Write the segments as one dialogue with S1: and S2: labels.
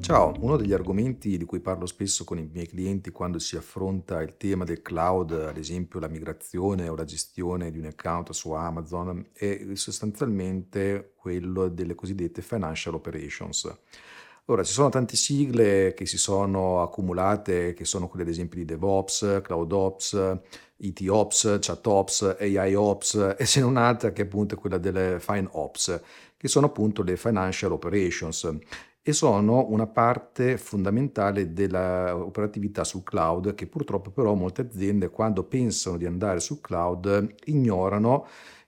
S1: Ciao, uno degli argomenti di cui parlo spesso con i miei clienti quando si affronta il tema del cloud, ad esempio la migrazione o la gestione di un account su Amazon, è sostanzialmente quello delle cosiddette financial operations. Ora, ci sono tante sigle che si sono accumulate, che sono quelle ad esempio di DevOps, CloudOps, ETOps, ChatOps, AIOps e ce n'è un'altra che appunto è quella delle FinOps, che sono appunto le financial operations e sono una parte fondamentale della operatività sul cloud che purtroppo però molte aziende quando pensano di andare sul cloud ignorano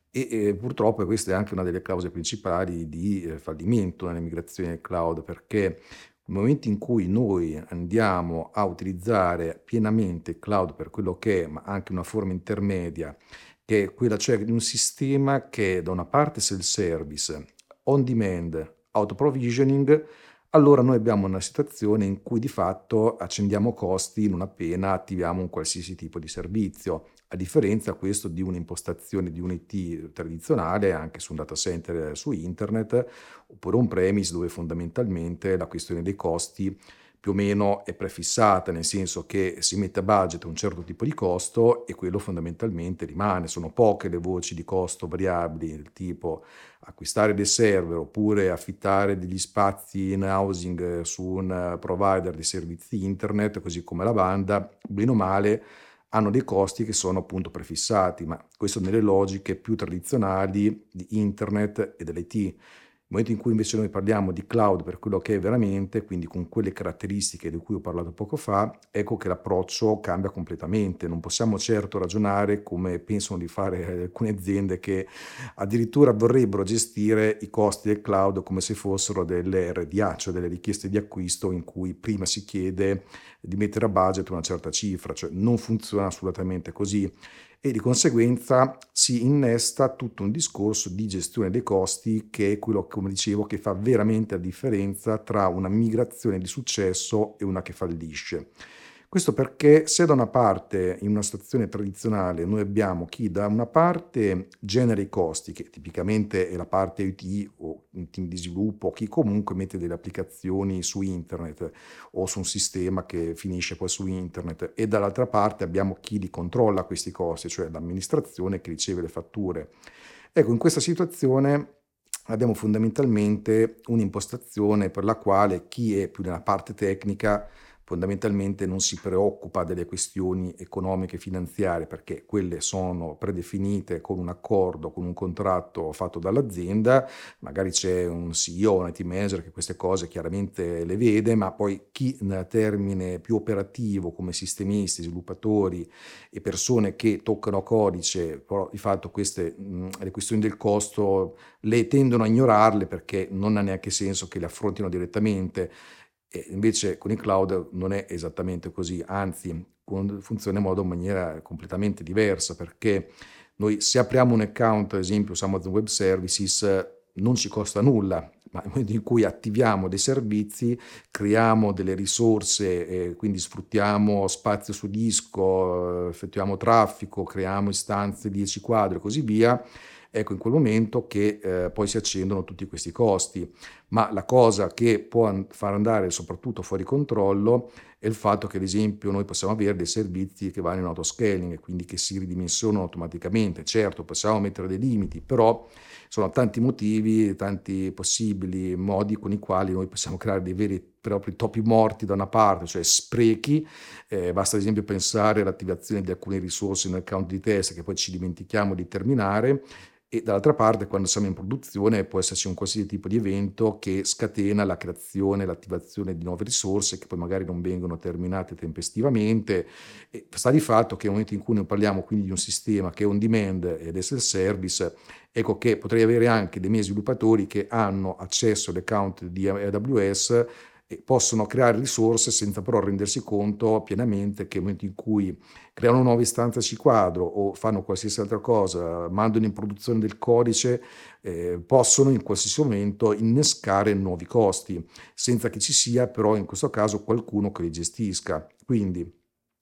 S1: e purtroppo questa è anche una delle cause principali di fallimento nelle migrazioni nel cloud, perché nel momento in cui noi andiamo a utilizzare pienamente il cloud per quello che è, ma anche una forma intermedia, che è quella cioè di un sistema che da una parte self-service, on demand, auto provisioning, allora noi abbiamo una situazione in cui di fatto accendiamo costi non appena attiviamo un qualsiasi tipo di servizio, a differenza questo di un'impostazione di un IT tradizionale anche su un data center su internet, oppure on premise dove fondamentalmente la questione dei costi più o meno è prefissata, nel senso che si mette a budget un certo tipo di costo e quello fondamentalmente rimane. Sono poche le voci di costo variabili del tipo acquistare dei server oppure affittare degli spazi in housing su un provider di servizi internet, così come la banda, bene o male hanno dei costi che sono appunto prefissati, ma questo nelle logiche più tradizionali di internet e dell'IT. Nel momento in cui invece noi parliamo di cloud per quello che è veramente, quindi con quelle caratteristiche di cui ho parlato poco fa, ecco che l'approccio cambia completamente. Non possiamo certo ragionare come pensano di fare alcune aziende che addirittura vorrebbero gestire i costi del cloud come se fossero delle RDA, cioè delle richieste di acquisto in cui prima si chiede di mettere a budget una certa cifra, cioè non funziona assolutamente così e di conseguenza si innesta tutto un discorso di gestione dei costi che è quello, come dicevo, che fa veramente la differenza tra una migrazione di successo e una che fallisce. Questo perché se da una parte in una situazione tradizionale noi abbiamo chi da una parte genera i costi, che tipicamente è la parte IT o un team di sviluppo, chi comunque mette delle applicazioni su internet o su un sistema che finisce poi su internet, e dall'altra parte abbiamo chi li controlla questi costi, cioè l'amministrazione che riceve le fatture. Ecco, in questa situazione abbiamo fondamentalmente un'impostazione per la quale chi è più nella parte tecnica fondamentalmente non si preoccupa delle questioni economiche e finanziarie, perché quelle sono predefinite con un accordo, con un contratto fatto dall'azienda, magari c'è un CEO, un IT manager che queste cose chiaramente le vede, ma poi chi nel termine più operativo come sistemisti, sviluppatori e persone che toccano codice, però di fatto queste le questioni del costo le tendono a ignorarle perché non ha neanche senso che le affrontino direttamente. E invece con il cloud non è esattamente così, anzi funziona in modo in maniera completamente diversa, perché noi se apriamo un account, ad esempio su Amazon Web Services, non ci costa nulla, ma nel momento in cui attiviamo dei servizi, creiamo delle risorse, quindi sfruttiamo spazio su disco, effettuiamo traffico, creiamo istanze di 10 quadri e così via, ecco in quel momento che poi si accendono tutti questi costi. Ma la cosa che può far andare soprattutto fuori controllo è il fatto che, ad esempio, noi possiamo avere dei servizi che vanno in autoscaling e quindi che si ridimensionano automaticamente. Certo, possiamo mettere dei limiti, però sono tanti motivi, tanti possibili modi con i quali noi possiamo creare dei veri e propri topi morti da una parte, cioè sprechi. Basta ad esempio pensare all'attivazione di alcune risorse nel account di test che poi ci dimentichiamo di terminare, e dall'altra parte quando siamo in produzione può esserci un qualsiasi tipo di evento che scatena la creazione, l'attivazione di nuove risorse che poi magari non vengono terminate tempestivamente, e sta di fatto che nel momento in cui noi parliamo quindi di un sistema che è on demand ed è self-service, ecco che potrei avere anche dei miei sviluppatori che hanno accesso all'account di AWS e possono creare risorse senza però rendersi conto pienamente che nel momento in cui creano nuove istanze C quadro o fanno qualsiasi altra cosa, mandano in produzione del codice, possono in qualsiasi momento innescare nuovi costi, senza che ci sia però in questo caso qualcuno che li gestisca. Quindi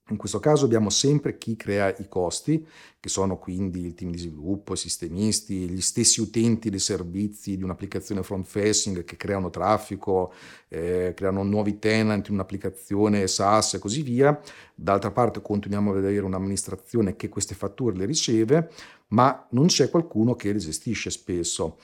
S1: In questo caso abbiamo sempre chi crea i costi, che sono quindi il team di sviluppo, i sistemisti, gli stessi utenti dei servizi di un'applicazione front facing che creano traffico, creano nuovi tenant in un'applicazione SaaS e così via. D'altra parte continuiamo ad avere un'amministrazione che queste fatture le riceve, ma non c'è qualcuno che le gestisce spesso.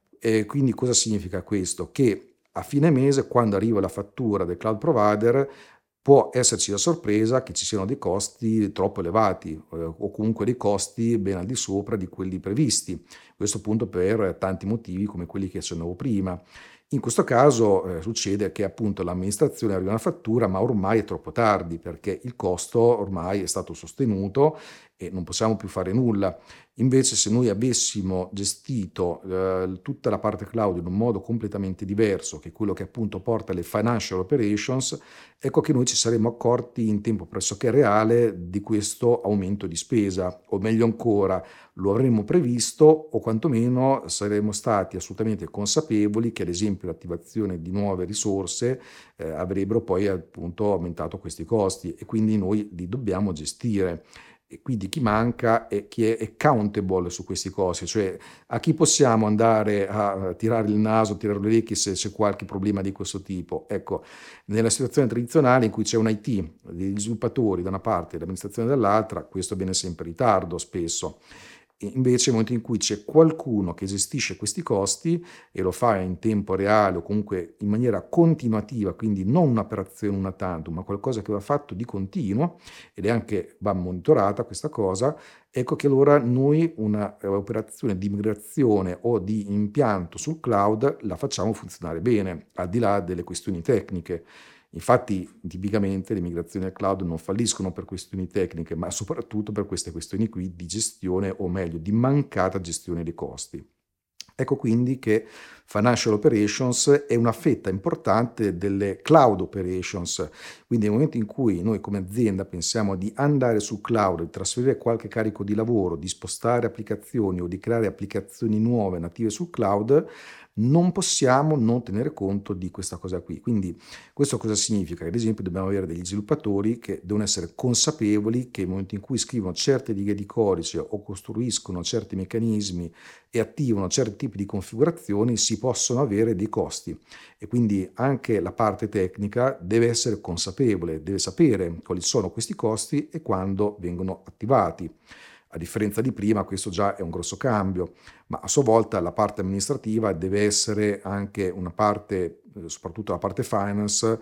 S1: E quindi cosa significa questo? Che a fine mese, quando arriva la fattura del cloud provider, può esserci la sorpresa che ci siano dei costi troppo elevati, o comunque dei costi ben al di sopra di quelli previsti. Questo appunto per tanti motivi come quelli che accennavo prima. In questo caso, succede che appunto l'amministrazione arriva una fattura, ma ormai è troppo tardi perché il costo ormai è stato sostenuto e non possiamo più fare nulla. Invece se noi avessimo gestito, tutta la parte cloud in un modo completamente diverso, che è quello che appunto porta alle financial operations, ecco che noi ci saremmo accorti in tempo pressoché reale di questo aumento di spesa, o meglio ancora, lo avremmo previsto o quantomeno saremmo stati assolutamente consapevoli che ad esempio l'attivazione di nuove risorse, avrebbero poi appunto aumentato questi costi e quindi noi li dobbiamo gestire. E quindi chi manca è chi è accountable su questi costi, cioè a chi possiamo andare a tirare il naso, tirare le orecchie se c'è qualche problema di questo tipo. Ecco, nella situazione tradizionale in cui c'è un IT, degli sviluppatori da una parte e l'amministrazione dall'altra, questo avviene sempre in ritardo spesso. E invece nel momento in cui c'è qualcuno che gestisce questi costi e lo fa in tempo reale o comunque in maniera continuativa, quindi non un'operazione una tantum, ma qualcosa che va fatto di continuo ed è anche va monitorata questa cosa, ecco che allora noi una operazione di migrazione o di impianto sul cloud la facciamo funzionare bene, al di là delle questioni tecniche. Infatti, tipicamente le migrazioni al cloud non falliscono per questioni tecniche, ma soprattutto per queste questioni qui di gestione, o meglio, di mancata gestione dei costi. Ecco quindi che Financial Operations è una fetta importante delle cloud operations, quindi nel momento in cui noi come azienda pensiamo di andare su cloud, di trasferire qualche carico di lavoro, di spostare applicazioni o di creare applicazioni nuove native sul cloud, non possiamo non tenere conto di questa cosa qui. Quindi questo cosa significa? Che ad esempio dobbiamo avere degli sviluppatori che devono essere consapevoli che nel momento in cui scrivono certe righe di codice o costruiscono certi meccanismi e attivano certi tipi di configurazioni si possono avere dei costi e quindi anche la parte tecnica deve essere consapevole, deve sapere quali sono questi costi e quando vengono attivati. A differenza di prima, questo già è un grosso cambio, ma a sua volta la parte amministrativa deve essere anche una parte, soprattutto la parte finance,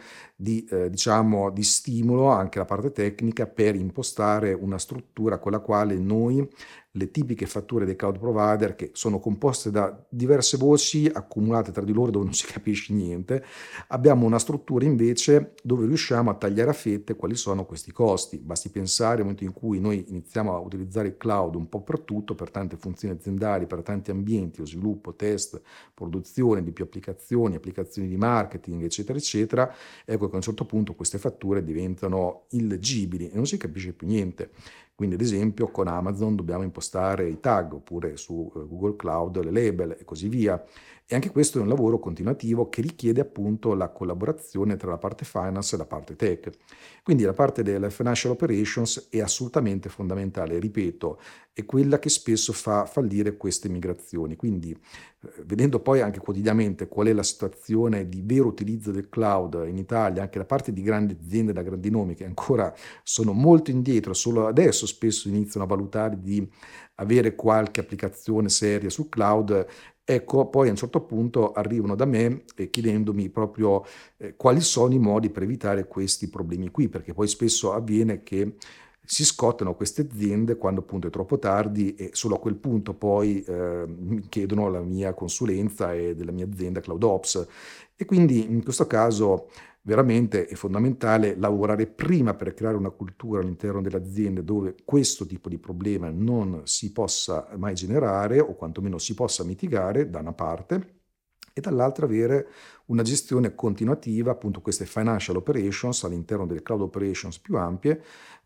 S1: diciamo, di stimolo anche la parte tecnica per impostare una struttura con la quale noi le tipiche fatture dei cloud provider, che sono composte da diverse voci accumulate tra di loro dove non si capisce niente, abbiamo una struttura invece dove riusciamo a tagliare a fette quali sono questi costi. Basti pensare al momento in cui noi iniziamo a utilizzare il cloud un po' per tutto, per tante funzioni aziendali, per tanti ambienti, lo sviluppo, test, produzione di più applicazioni, applicazioni di marketing, eccetera, eccetera, ecco che a un certo punto queste fatture diventano illeggibili e non si capisce più niente. Quindi ad esempio con Amazon dobbiamo impostare i tag, oppure su Google Cloud le label e così via. E anche questo è un lavoro continuativo che richiede appunto la collaborazione tra la parte finance e la parte tech. Quindi la parte delle financial operations è assolutamente fondamentale, ripeto, è quella che spesso fa fallire queste migrazioni. Quindi vedendo poi anche quotidianamente qual è la situazione di vero utilizzo del cloud in Italia, anche da parte di grandi aziende, da grandi nomi che ancora sono molto indietro, solo adesso spesso iniziano a valutare di avere qualche applicazione seria sul cloud. Ecco, poi a un certo punto arrivano da me chiedendomi proprio quali sono i modi per evitare questi problemi qui, perché poi spesso avviene che si scottano queste aziende quando appunto è troppo tardi e solo a quel punto poi mi chiedono la mia consulenza e della mia azienda CloudOps. E quindi in questo caso veramente è fondamentale lavorare prima per creare una cultura all'interno delle aziende dove questo tipo di problema non si possa mai generare o quantomeno si possa mitigare da una parte e dall'altra avere una gestione continuativa, appunto queste financial operations all'interno delle cloud operations più ampie,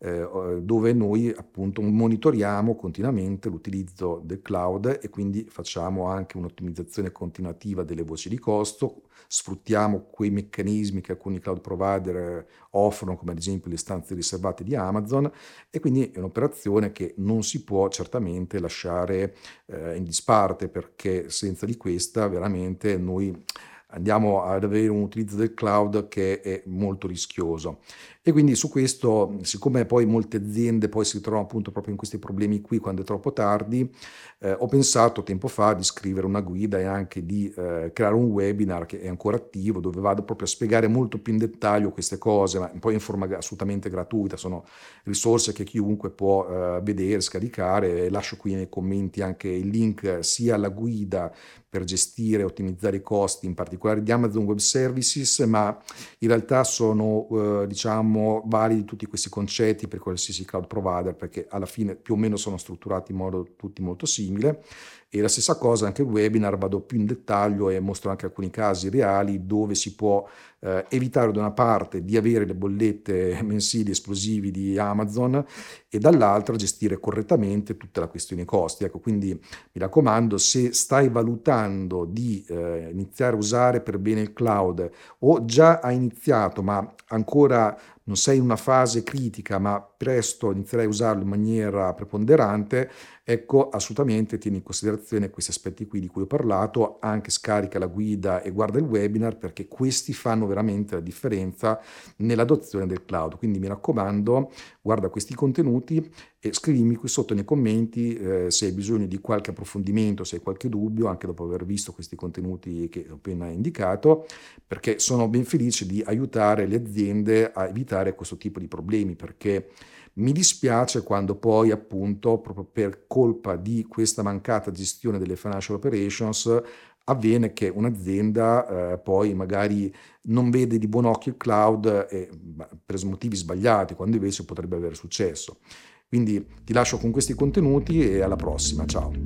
S1: dove noi appunto monitoriamo continuamente l'utilizzo del cloud e quindi facciamo anche un'ottimizzazione continuativa delle voci di costo, sfruttiamo quei meccanismi che alcuni cloud provider offrono, come ad esempio le stanze riservate di Amazon, e quindi è un'operazione che non si può certamente lasciare in disparte, perché senza di questa veramente noi andiamo ad avere un utilizzo del cloud che è molto rischioso. E quindi su questo, siccome poi molte aziende poi si trovano appunto proprio in questi problemi qui quando è troppo tardi, ho pensato tempo fa di scrivere una guida e anche di creare un webinar che è ancora attivo, dove vado proprio a spiegare molto più in dettaglio queste cose, ma poi in forma assolutamente gratuita, sono risorse che chiunque può vedere, scaricare. Lascio qui nei commenti anche il link sia alla guida per gestire e ottimizzare i costi, in particolare di Amazon Web Services, ma in realtà sono diciamo validi tutti questi concetti per qualsiasi cloud provider, perché alla fine più o meno sono strutturati in modo tutti molto simile. E la stessa cosa anche il webinar, vado più in dettaglio e mostro anche alcuni casi reali dove si può evitare da una parte di avere le bollette mensili esplosivi di Amazon e dall'altra gestire correttamente tutta la questione costi. Ecco, quindi mi raccomando, se stai valutando di iniziare a usare per bene il cloud o già hai iniziato ma ancora non sei in una fase critica, ma presto inizierai a usarlo in maniera preponderante, ecco, assolutamente tieni in considerazione questi aspetti qui di cui ho parlato, anche scarica la guida e guarda il webinar, perché questi fanno veramente la differenza nell'adozione del cloud. Quindi mi raccomando, guarda questi contenuti e scrivimi qui sotto nei commenti se hai bisogno di qualche approfondimento, se hai qualche dubbio, anche dopo aver visto questi contenuti che ho appena indicato, perché sono ben felice di aiutare le aziende a evitare questo tipo di problemi, perché mi dispiace quando poi appunto proprio per colpa di questa mancata gestione delle financial operations avviene che un'azienda poi magari non vede di buon occhio il cloud per motivi sbagliati, quando invece potrebbe avere successo. Quindi ti lascio con questi contenuti e alla prossima, ciao.